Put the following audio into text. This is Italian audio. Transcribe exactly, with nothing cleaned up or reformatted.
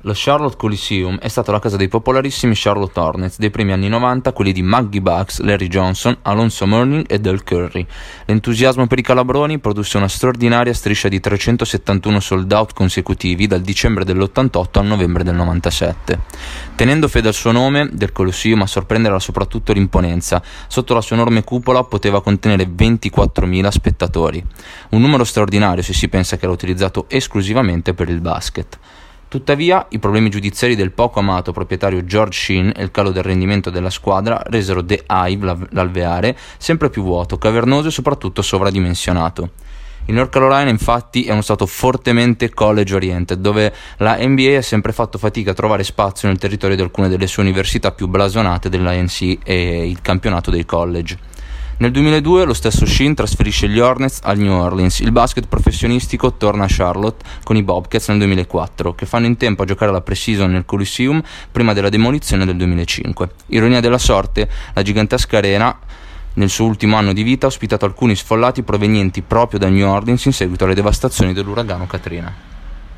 Lo Charlotte Coliseum è stata la casa dei popolarissimi Charlotte Hornets dei primi anni novanta, quelli di Maggie Bucks, Larry Johnson, Alonzo Mourning e Del Curry. L'entusiasmo per i calabroni produsse una straordinaria striscia di trecentosettantuno sold out consecutivi dal dicembre dell'ottantotto al novembre del novantasette. Tenendo fede al suo nome, del Coliseum a sorprendere era soprattutto l'imponenza. Sotto la sua enorme cupola poteva contenere ventiquattromila spettatori, un numero straordinario se si pensa che era utilizzato esclusivamente per il basket. Tuttavia, i problemi giudiziari del poco amato proprietario George Sheen e il calo del rendimento della squadra resero The Hive, l'alveare, sempre più vuoto, cavernoso e soprattutto sovradimensionato. Il North Carolina infatti è uno stato fortemente college oriented, dove la N B A ha sempre fatto fatica a trovare spazio nel territorio di alcune delle sue università più blasonate della N C e il campionato dei college. Nel duemiladue lo stesso Sheen trasferisce gli Hornets al New Orleans. Il basket professionistico torna a Charlotte con i Bobcats nel duemilaquattro, che fanno in tempo a giocare la pre-season nel Coliseum prima della demolizione del duemilacinque. Ironia della sorte, la gigantesca arena nel suo ultimo anno di vita ha ospitato alcuni sfollati provenienti proprio da New Orleans in seguito alle devastazioni dell'uragano Katrina.